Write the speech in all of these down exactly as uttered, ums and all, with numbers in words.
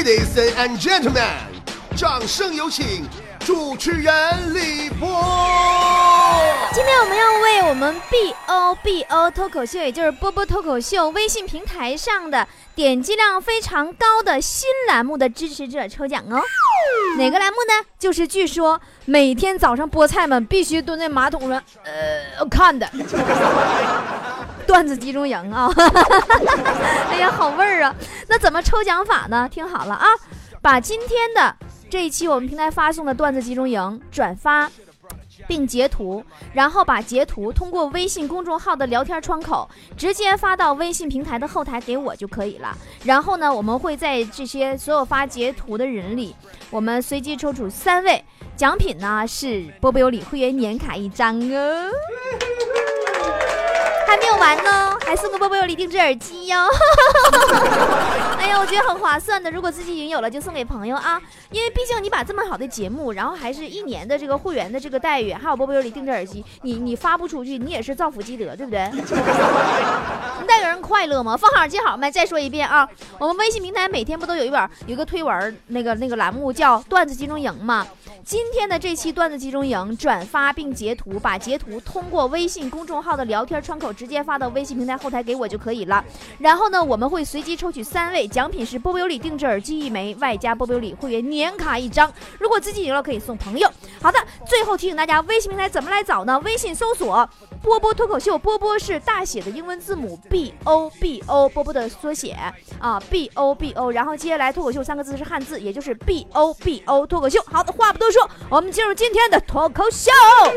Ladies and gentlemen， 掌声有请主持人李波。 今天我们要为我们 B O B O 脱口秀，也就是波波脱口秀微信平台上的点击量非常高的新栏目的支持者抽奖哦。哪个栏目呢？就是据说每天早上菠菜们必须蹲在马桶上呃看的段子集中营啊。哎呀，好味儿啊！那怎么抽奖法呢？听好了啊，把今天的这一期我们平台发送的段子集中营转发并截图，然后把截图通过微信公众号的聊天窗口直接发到微信平台的后台给我就可以了。然后呢，我们会在这些所有发截图的人里，我们随机抽出三位，奖品呢是波波有理会员年卡一张哦。还没有完呢，还送个波波有理定制耳机哟、哦。哎呀，我觉得很划算的，如果自己已经有了就送给朋友啊，因为毕竟你把这么好的节目，然后还是一年的这个会员的这个待遇，还有波波有理定制耳机，你你发不出去，你也是造福积德，对不对？你带给人快乐吗？放好记好没？再说一遍啊，我们微信平台每天不都有一本有一个推文，那个那个栏目叫段子集中营吗？今天的这期段子集中营转发并截图，把截图通过微信公众号的聊天窗口直接发到微信平台后台给我就可以了。然后呢，我们会随机抽取三位，奖品是波波有理定制耳机一枚，外加波波有理会员年卡一张。如果自己赢了可以送朋友。好的，最后提醒大家，微信平台怎么来找呢？微信搜索波波脱口秀，波波是大写的英文字母 B O B O， 波波的缩写啊 B O B O， 然后接下来脱口秀三个字是汉字，也就是 B O B O 脱口秀。好的，话不多说，我们进入今天的脱口秀。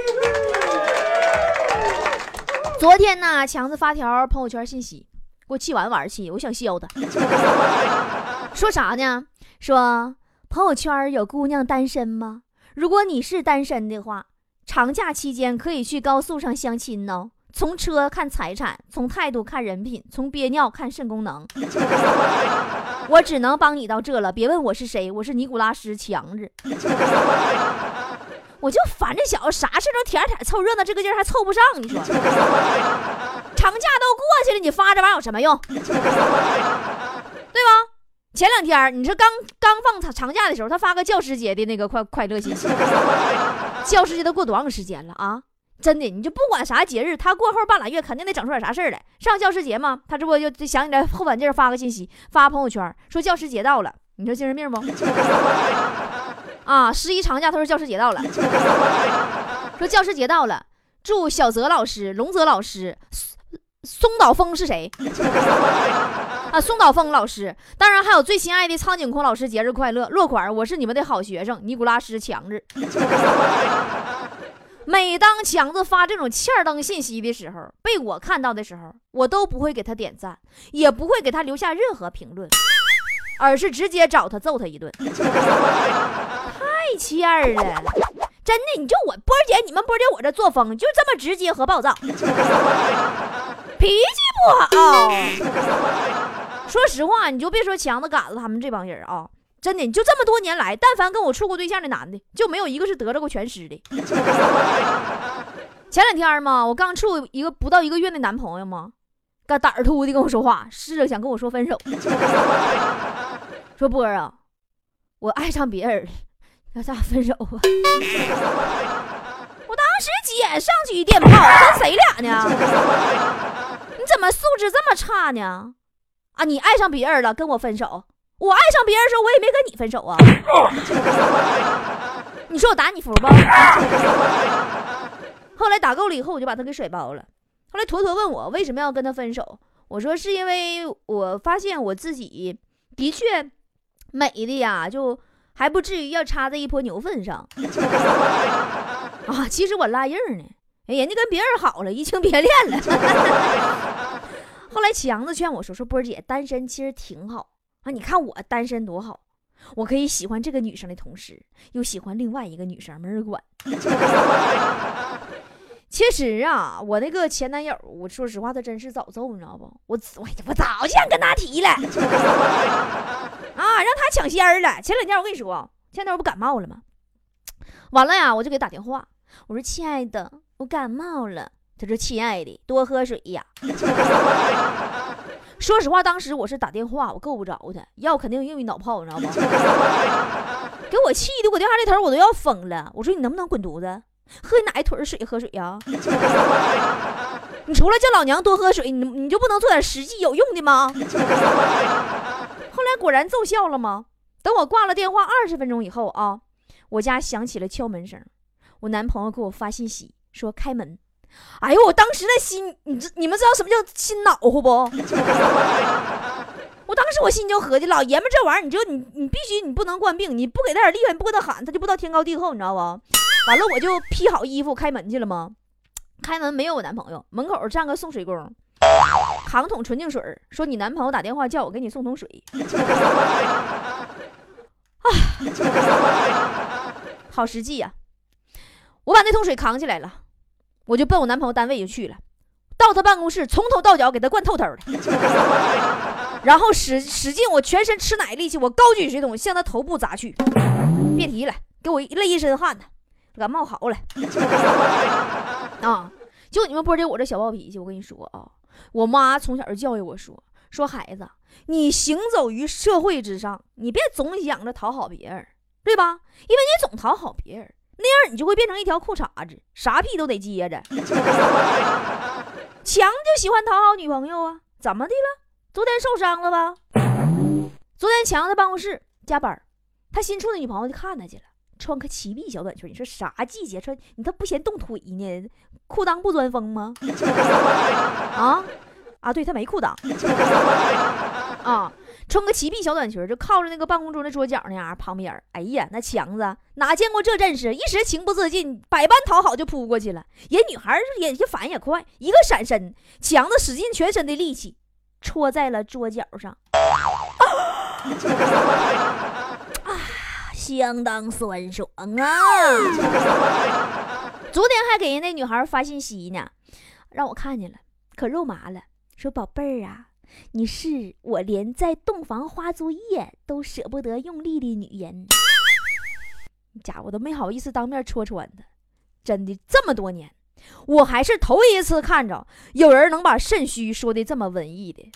昨天呢，强子发条朋友圈信息，给我气完玩气，我想削他。说啥呢？说朋友圈有姑娘单身吗？如果你是单身的话，长假期间可以去高速上相亲哦。从车看财产，从态度看人品，从憋尿看肾功能。我只能帮你到这了，别问我是谁，我是尼古拉斯强子。我就烦这小子，啥事都舔舔凑热闹，这个劲儿还凑不上，你说？长假都过去了，你发这玩意儿有什么用？对吧？前两天你说刚刚放长假的时候，他发个教师节的那个快快乐信息。教师节都过多长时间了啊？真的，你就不管啥节日，他过后半拉月肯定得整出点啥事儿来。上教师节嘛，他这不就想起来后半劲发个信息，发朋友圈说教师节到了。你说精神病不？啊，十一长假他说教师节到了，说教师节到了，祝小泽老师、龙泽老师、松岛枫是谁？啊，松岛枫老师，当然还有最亲爱的苍井空老师节日快乐。落款，我是你们的好学生尼古拉斯强子。每当强子发这种欠儿登信息的时候，被我看到的时候，我都不会给他点赞，也不会给他留下任何评论，而是直接找他揍他一顿。太欠儿了，真的，你就我波姐，你们波姐我这作风就这么直接和暴躁，脾气不好。说实话，你就别说强子嘎子他们这帮人啊，真的，你就这么多年来，但凡跟我处过对象的男的，就没有一个是得着过全尸的。前两天嘛，我刚处一个不到一个月的男朋友嘛，个胆儿突的跟我说话，试着想跟我说分手。说波儿啊，我爱上别人，要咱俩分手吧。我当时急眼上去一电炮，跟谁俩呢？你怎么素质这么差呢？啊，你爱上别人了，跟我分手。我爱上别人的时候，我也没跟你分手啊。你说我打你服不？后来打够了以后，我就把他给甩包了。后来坨坨问我为什么要跟他分手，我说是因为我发现我自己的确美的呀，就还不至于要插在一坨牛粪上。啊，其实我拉硬呢，人家跟别人好了，移情别恋了。后来强子劝我说说波姐单身其实挺好啊，你看我单身多好，我可以喜欢这个女生的同时又喜欢另外一个女生，没人管。其实啊，我那个前男友，我说实话他真是早揍，你知道不？我我我早就想跟他提了啊，让他抢先儿了。前两天我跟你说，前两天我不感冒了吗？完了呀，我就给他打电话，我说亲爱的，我感冒了。他说亲爱的，多喝水呀。 说实话，当时我是打电话，我够不着他，要肯定用一脑炮，你知道吗？给我气的，我电话这头我都要疯了。我说你能不能滚犊子？喝你哪一腿水喝水呀、啊？你除了叫老娘多喝水，你你就不能做点实际有用的吗？后来果然奏效了吗？等我挂了电话二十分钟以后啊，我家响起了敲门声，我男朋友给我发信息说开门。哎呦，我当时的心，你知你们知道什么叫心恼乎不？我当时我心就合计，老爷们这玩意儿，你就你你必须你不能惯病，你不给他点厉害，你不跟他喊，他就不知道天高地厚，你知道吧？完了我就披好衣服开门去了吗？开门没有我男朋友，门口站个送水工，扛桶纯净水，说你男朋友打电话叫我给你送桶水。啊，好实际呀、啊！我把那桶水扛起来了，我就奔我男朋友单位就去了，到他办公室，从头到脚给他灌透透的，然后使使劲我全身吃奶力气，我高举水桶向他头部砸去，别提了，给我累一身汗呢，感冒好了啊！就你们波姐我这小暴脾气，我跟你说啊，我妈从小就教育我说说孩子，你行走于社会之上，你别总想着讨好别人，对吧？因为你总讨好别人，那样你就会变成一条裤衩子，啥屁都得接着。强就喜欢讨好女朋友啊，怎么的了？昨天受伤了吧？昨天强在办公室加班，他新处的女朋友就看他去了，穿个齐臂小短裙，你说啥季节穿？你他不嫌冻腿呢？裤裆不钻风吗？啊啊，对他没裤裆啊，穿个齐臂小短裙就靠着那个办公桌的桌角那样旁边。哎呀，那强子哪见过这阵势，一时情不自禁，百般讨好就扑过去了。人女孩也就反应也快，一个闪身，强子使尽全身的力气戳在了桌角上，啊，相当酸爽啊！昨天还给人那女孩发信息呢，让我看见了，可肉麻了，说宝贝儿啊，你是我连在洞房花烛夜都舍不得用力的女人。家伙都没好意思当面戳戳他，真的这么多年，我还是头一次看着有人能把肾虚说的这么文艺的。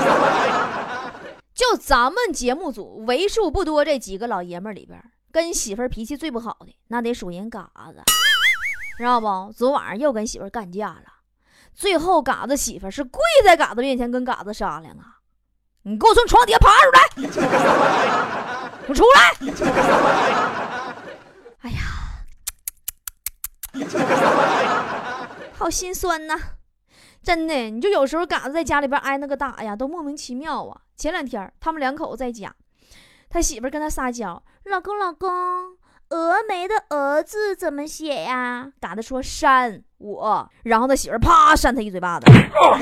就咱们节目组为数不多这几个老爷们里边，跟媳妇儿脾气最不好的那得数人嘎子，知道不？昨晚上又跟媳妇儿干架了，最后嘎子媳妇儿是跪在嘎子面前跟嘎子商量啊，你给我从床底下爬出来，我出来。哎呀，好心酸呐、啊！真的，你就有时候嘎子在家里边挨那个打呀，都莫名其妙啊。前两天他们两口子在家，他媳妇跟他撒娇，老公老公，峨眉的峨字怎么写呀？嘎子说扇我，然后他媳妇啪扇他一嘴巴子。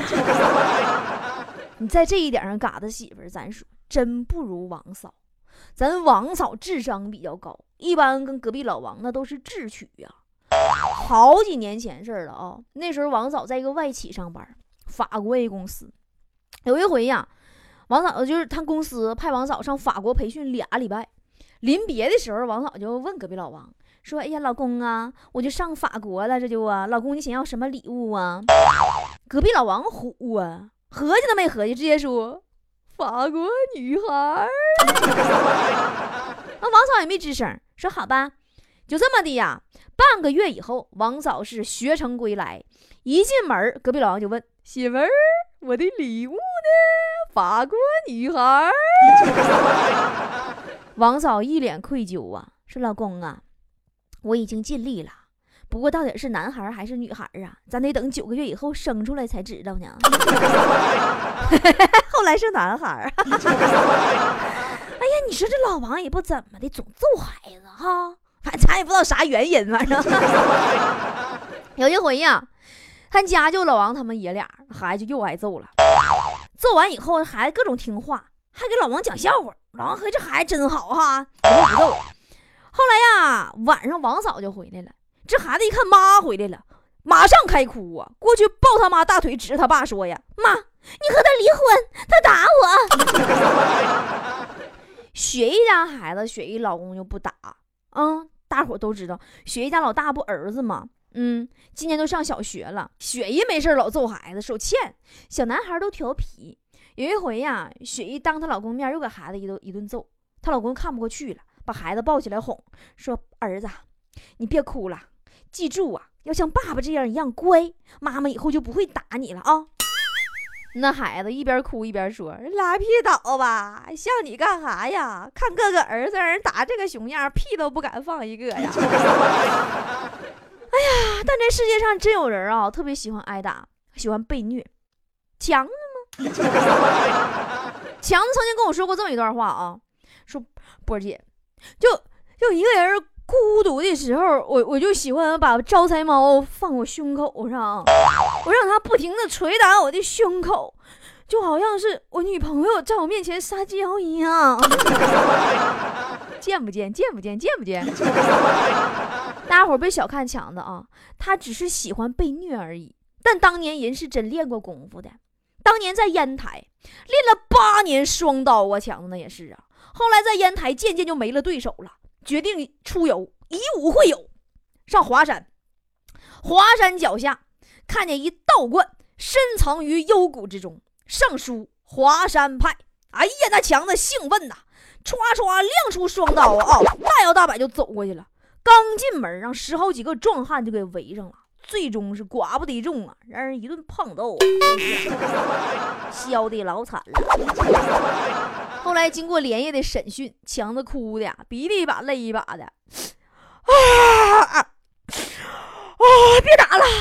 你在这一点上，嘎子媳妇咱说真不如王嫂，咱王嫂智商比较高，一般跟隔壁老王那都是智取呀、啊。好几年前事了啊，那时候王嫂在一个外企上班，法国 A 公司。有一回呀，王嫂就是他公司派王嫂上法国培训俩礼拜，临别的时候，王嫂就问隔壁老王说：“哎呀，老公啊，我就上法国了，这就啊，老公你想要什么礼物啊？”隔壁老王虎啊，合计都没合计，直接说：“法国女孩。”那王嫂也没吱声，说：“好吧。”就这么的呀，半个月以后，王嫂是学成归来，一进门，隔壁老王就问媳妇儿：“我的礼物呢？法国女孩。”王嫂一脸愧疚啊，说：“老公啊，我已经尽力了，不过到底是男孩还是女孩啊？咱得等九个月以后生出来才知道呢。”后来是男孩。哎呀，你说这老王也不怎么的，总揍孩子哈。反正咱也不知道啥原因，反正有一回呀，他家就老王他们爷俩，孩子就又挨揍了。揍完以后，孩子各种听话，还给老王讲笑话。老王合计这孩子真好哈，不揍不揍。后来呀，晚上王嫂就回来了，这孩子一看妈回来了，马上开哭啊，过去抱他妈大腿，指着他爸说呀：“妈，你和他离婚，他打我。”雪姨家孩子，雪姨老公就不打。嗯，大伙都知道雪姨家老大不儿子吗？嗯，今年都上小学了。雪姨没事老揍孩子，手欠小男孩都调皮。 有一回呀，雪姨当她老公面又给孩子一顿一顿揍，她老公看不过去了，把孩子抱起来哄，说：“儿子，你别哭了，记住啊，要像爸爸这样一样乖，妈妈以后就不会打你了啊。”那孩子一边哭一边说：“拉屁倒吧，像你干啥呀？看哥哥儿子让人打这个熊样，屁都不敢放一个呀！”哎呀，但这世界上真有人啊，特别喜欢挨打，喜欢被虐。强子吗？强子曾经跟我说过这么一段话啊，说波姐，就就一个人孤独的时候，我我就喜欢把招财猫放我胸口上，我让他不停的捶打我的胸口，就好像是我女朋友在我面前撒娇一样。见不见？见不见？见不见？大家伙别小看强子啊，他只是喜欢被虐而已。但当年人是真练过功夫的，当年在烟台练了八年双刀啊，强子那也是啊。后来在烟台渐渐就没了对手了，决定出游，以武会友，上华山。华山脚下看见一道观，深藏于幽谷之中，上书华山派。哎呀，那强子兴奋呐，唰唰亮出双刀啊，大摇大摆就走过去了。刚进门，让十好几个壮汉就给围上了，最终是寡不敌众啊，让人一顿胖斗，削的老惨了。后来经过连夜的审讯，强子哭的呀，鼻涕一把泪一把的。啊啊！哦，别打了，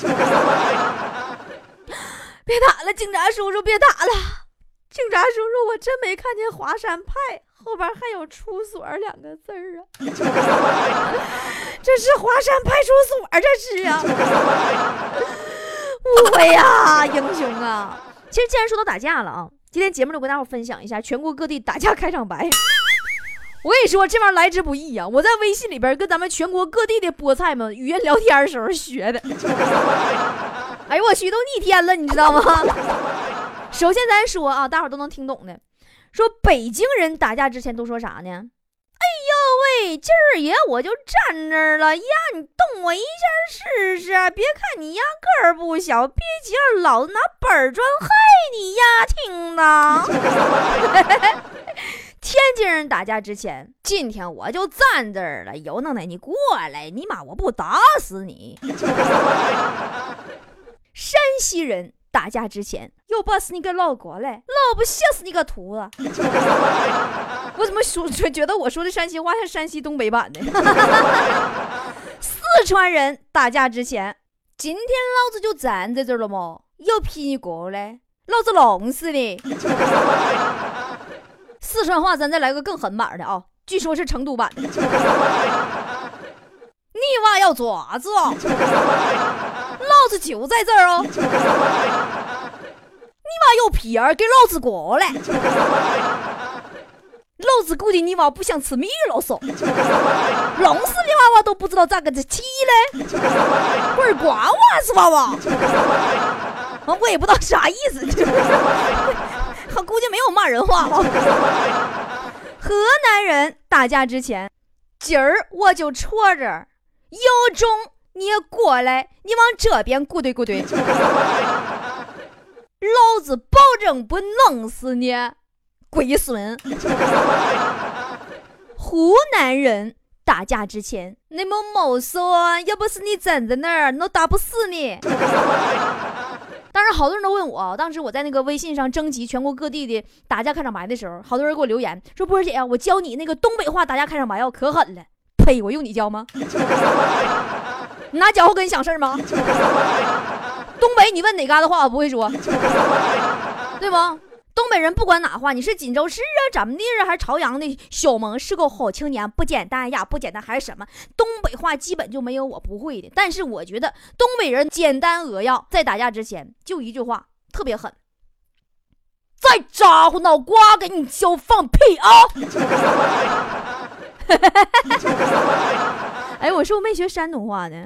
别打了，警察叔叔，别打了。警察叔叔，我真没看见华山派后边还有出所两个字儿啊！这是华山派出所，这是啊！误会呀，英雄啊！其实既然说到打架了啊，今天节目就跟大伙分享一下全国各地打架开场白。我跟你说，这玩意儿来之不易啊！我在微信里边跟咱们全国各地的菠菜们语音聊天的时候学的。哎呦我去，都逆天了，你知道吗？首先咱说啊，大伙都能听懂的，说北京人打架之前都说啥呢？哎呦喂，今儿爷我就站这儿了呀，你动我一下试试，别看你呀个儿不小，别急了，老子拿板砖害你呀，听的。天津人打架之前，今天我就站这儿了，有能耐你过来，你妈我不打死你。山西人打架之前，又把死你个老过来，老不吓死你个犊子！我怎么说觉得我说的山西话像山西东北版的？四川人打架之前，今天老子就站在这儿了嘛，要劈你过来，老子弄死你！四川话咱再来个更狠版的啊，据说是成都版的。你娃要爪子哦，老子就在这儿哦。你娃有皮儿，给老子过来！老子估计你娃不想吃米了嗦，弄死你娃娃都不知道咋个子踢嘞！不是瓜娃是娃娃，我也不知道啥意思，我估计没有骂人话吧。河南人打架之前，今儿我就戳这儿，有种你也过来，你往这边咕对咕对。老子保证不弄死你，龟孙！湖南人打架之前，你们没说，要不是你站在那儿，我打不死你。当然，好多人都问我，当时我在那个微信上征集全国各地的打架开场白的时候，好多人给我留言说：“波儿姐呀、啊，我教你那个东北话打架开场白，要可狠了。”呸！我用你教吗？你拿脚后跟想事儿吗？东北，你问哪嘎达话我不会说，对不？东北人不管哪话，你是锦州市啊、怎么地啊，还是朝阳的小萌是个好青年，不简单呀，不简单还是什么？东北话基本就没有我不会的。但是我觉得东北人简单扼要，在打架之前就一句话特别狠：再咋呼脑瓜给你削放屁啊！哎，我说我没学山东话呢。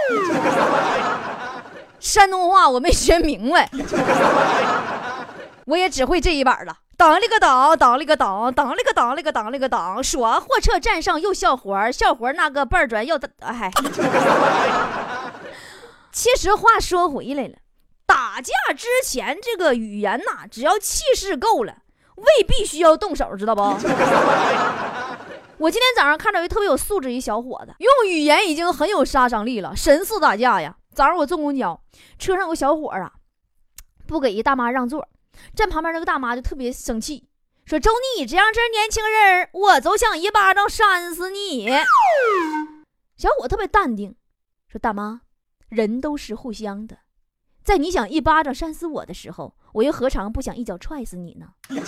山东话我没学明白，我也只会这一板了。当了个当，当了个当，当了个当了个当了个当，说货车站上又小活，小活那个板砖又哎。其实话说回来了，打打架之前这个语言呐、啊，只要气势够了，未必需要动手，知道不？我今天早上看到一特别有素质一小伙子，用语言已经很有杀伤力了，神似打架呀。早上我坐公交，车上有个小伙啊，不给一大妈让座，站旁边那个大妈就特别生气，说瞅你这样这年轻人，我就想一巴掌扇死你。小伙特别淡定，说大妈，人都是互相的，在你想一巴掌扇死我的时候，我又何尝不想一脚踹死你呢？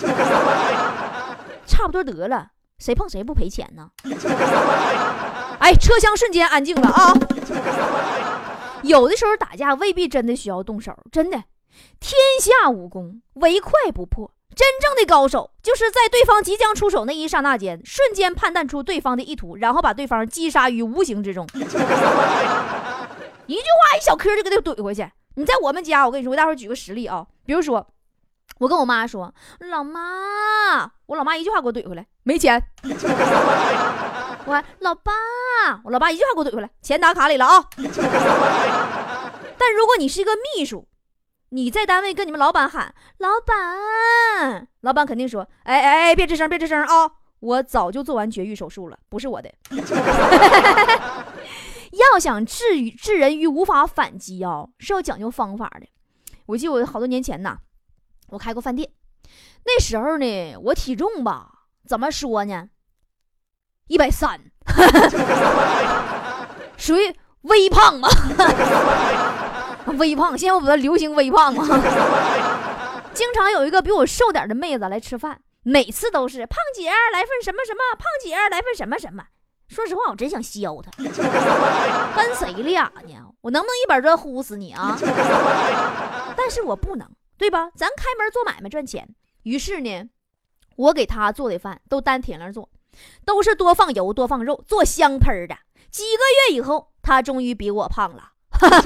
差不多得了，谁碰谁不赔钱呢？哎，车厢瞬间安静了啊！有的时候打架未必真的需要动手，真的，天下武功唯快不破，真正的高手就是在对方即将出手那一刹那间，瞬间判断出对方的意图，然后把对方击杀于无形之中。一句话一小颗就给他怼回去。你在我们家，我跟你说，我待会儿举个实例啊，比如说我跟我妈说，老妈，我老妈一句话给我怼回来，没钱。我说老爸，我老爸一句话给我怼回来，钱打卡里了啊。但如果你是一个秘书，你在单位跟你们老板喊老板，老板肯定说，哎哎哎，别吱声别吱声啊，我早就做完绝育手术了，不是我的。要想治于治人于无法反击啊，是要讲究方法的。我记得我好多年前呐，我开过饭店，那时候呢，我体重吧，怎么说呢，一百三，属于微胖嘛。微胖，现在我比较流行微胖嘛。经常有一个比我瘦点的妹子来吃饭，每次都是胖姐来份什么什么，胖姐来份什么什么。说实话，我真想削他，跟谁俩呢？我能不能一板砖呼死你啊？但是我不能，对吧？咱开门做买卖赚钱。于是呢，我给他做的饭都单铁链做，都是多放油多放肉，做香喷的。几个月以后，他终于比我胖了。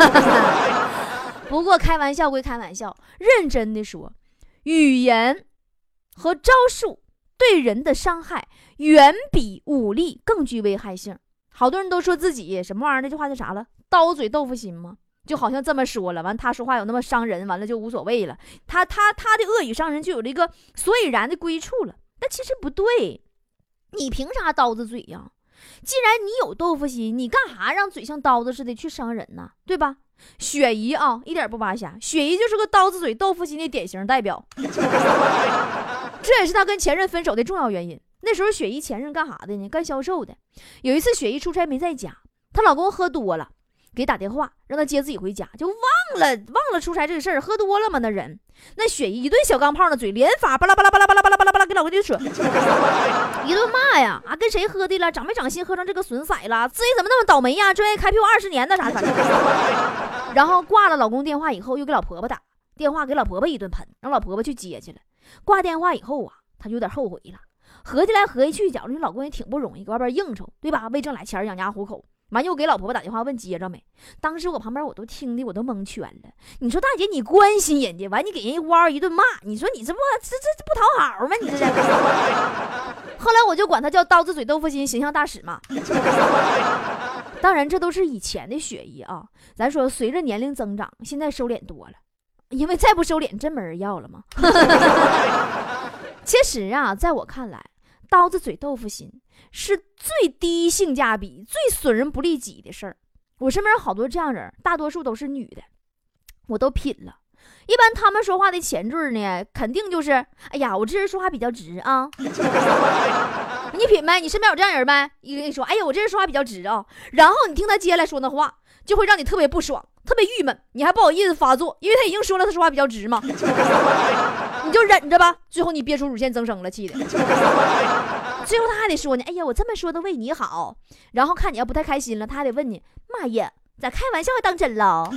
不过开玩笑归开玩笑，认真的说，语言和招数对人的伤害远比武力更具危害性。好多人都说自己什么玩意儿，那句话叫啥了？刀嘴豆腐心吗？就好像这么说了，完他说话有那么伤人，完了就无所谓了。他他他的恶语伤人就有了一个所以然的归处了。但其实不对，你凭啥刀子嘴呀？既然你有豆腐心，你干啥让嘴像刀子似的去伤人呢？对吧？雪姨啊，一点不扒瞎，雪姨就是个刀子嘴豆腐心的典型代表。这也是她跟前任分手的重要原因。那时候雪姨前任干啥的呢？干销售的。有一次雪姨出差没在家，她老公喝多了，给打电话让她接自己回家，就忘了忘了出差这个事儿，喝多了嘛那人。那雪姨一顿小钢炮的嘴连发巴拉巴拉巴拉巴拉巴拉巴拉巴拉给老公就说，一顿骂呀啊，跟谁喝的了？长没长心喝成这个损色了？自己怎么那么倒霉呀？专业开票二十年的啥啥的。然后挂了老公电话以后，又给老婆婆打电话，给老婆婆一顿喷，让老婆婆去接去了。挂电话以后啊，他就有点后悔了，合计来合计去，觉着你老公也挺不容易，搁外边应酬，对吧？为挣俩钱养家糊口。完又给老婆婆打电话问接着没。当时我旁边我都听的我都蒙圈了。你说大姐你关心人家，完你给人一哇一顿骂，你说你这不这这不讨好吗？你这是。后来我就管他叫刀子嘴豆腐心形象大使嘛。当然这都是以前的雪姨啊，咱说随着年龄增长，现在收敛多了，因为再不收敛真没人要了嘛。其实啊，在我看来，刀子嘴豆腐心是最低性价比最损人不利己的事儿。我身边好多这样人，大多数都是女的，我都品了。一般他们说话的前缀呢，肯定就是哎呀我这人说话比较直啊。你品没？你身边有这样人没？一跟你说哎呀我这人说话比较直啊，然后你听他接下来说那话，就会让你特别不爽，特别郁闷，你还不好意思发作，因为他已经说了他说话比较直嘛。你就忍着吧，最后你憋出乳腺增生了，气的。最后他还得说呢，哎呀我这么说都为你好，然后看你要不太开心了，他还得问你，妈呀咋开玩笑还当真了。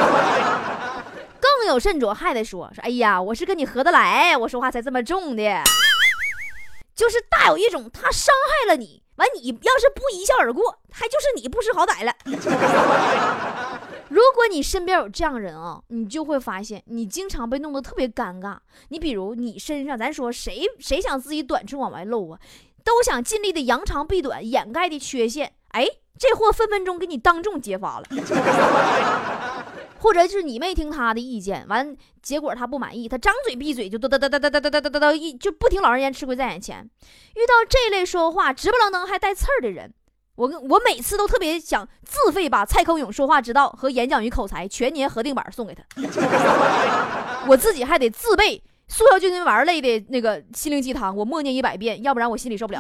更有甚者还得说说哎呀我是跟你合得来，我说话才这么重的，就是大有一种他伤害了你，完你要是不一笑而过，还就是你不识好歹了。如果你身边有这样人啊，你就会发现你经常被弄得特别尴尬。你比如你身上，咱说谁谁想自己短处往外露啊，都想尽力的扬长避短，掩盖的缺陷，哎，这货分分钟给你当众揭发了。或或者是你没听他的意见，完结果他不满意，他张嘴闭嘴就哒哒哒哒哒哒哒哒哒哒一就不停老人言吃亏在眼前。遇到这类说话直不愣登还带刺儿的人，我我每次都特别想自费把蔡康永说话之道和演讲与口才全年核定版送给他，我自己还得自备速效救心丸类的那个心灵鸡汤，我默念一百遍，要不然我心里受不了。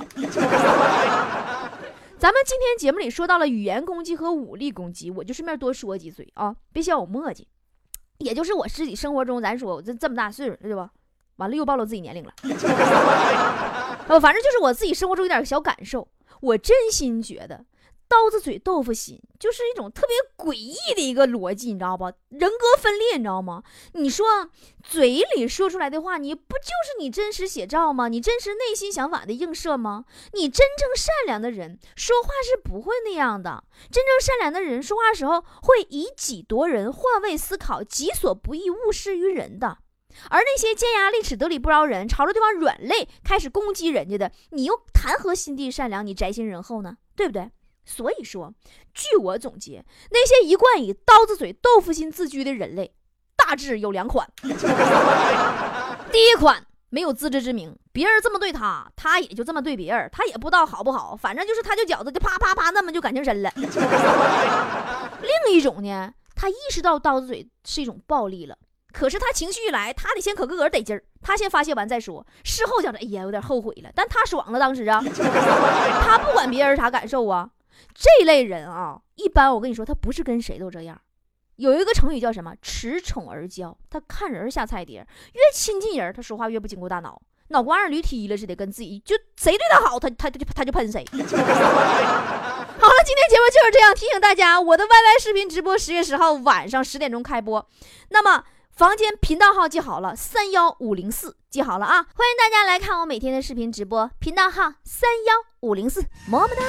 咱们今天节目里说到了语言攻击和武力攻击，我就顺便多说几嘴啊，别嫌我磨叽。也就是我自己生活中，咱说我这这么大岁数，对吧？完了又暴露自己年龄了。呃，反正就是我自己生活中有点小感受，我真心觉得刀子嘴豆腐心就是一种特别诡异的一个逻辑，你知道吧？人格分裂，你知道吗？你说嘴里说出来的话，你不就是你真实写照吗？你真实内心想法的映射吗？你真正善良的人说话是不会那样的，真正善良的人说话的时候会以己夺人，换位思考，己所不欲，勿施于人的。而那些尖牙利齿得理不饶人，朝着对方软肋开始攻击人家的，你又谈何心地善良，你宅心仁厚呢？对不对？所以说，据我总结，那些一贯以刀子嘴豆腐心自居的人类，大致有两款。第一款，没有自知之明，别人这么对他，他也就这么对别人，他也不知道好不好，反正就是他就饺子就啪啪啪那么就感情深了。另一种呢，他意识到刀子嘴是一种暴力了，可是他情绪一来，他得先可个个得劲儿，他先发泄完再说，事后想着哎呀有点后悔了，但他爽了当时啊，他不管别人啥感受啊。这类人啊，一般我跟你说他不是跟谁都这样。有一个成语叫什么？恃宠而骄，他看人下菜碟，越亲近人他说话越不经过大脑，脑瓜让驴踢了似的，跟自己就谁对他好他他他就他就喷谁。好了，今天节目就是这样，提醒大家我的 Y Y 视频直播十月十号晚上十点钟开播，那么房间频道号记好了，三幺五零四，记好了啊！欢迎大家来看我每天的视频直播，频道号三幺五零四，么么哒。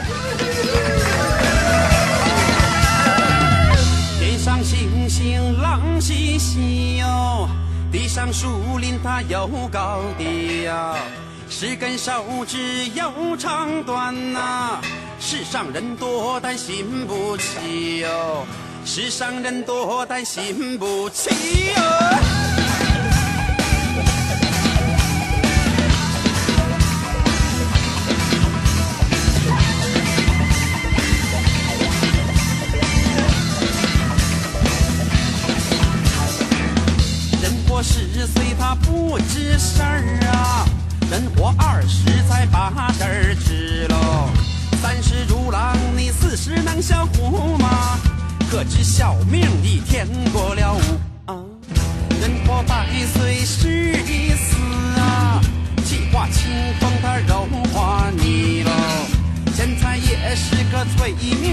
天上星星朗稀稀哟，地上树林它有高低呀，是根手指有长短呐、啊。世上人多但心不齐哟，世上人多但心不齐哟。十岁他不知事儿啊，人活二十才把事儿知喽。三十如狼，你四十能享福吗？可知小命一天过了午啊。人活百岁是一死啊，气化清风它柔化你喽。钱财也是个催眠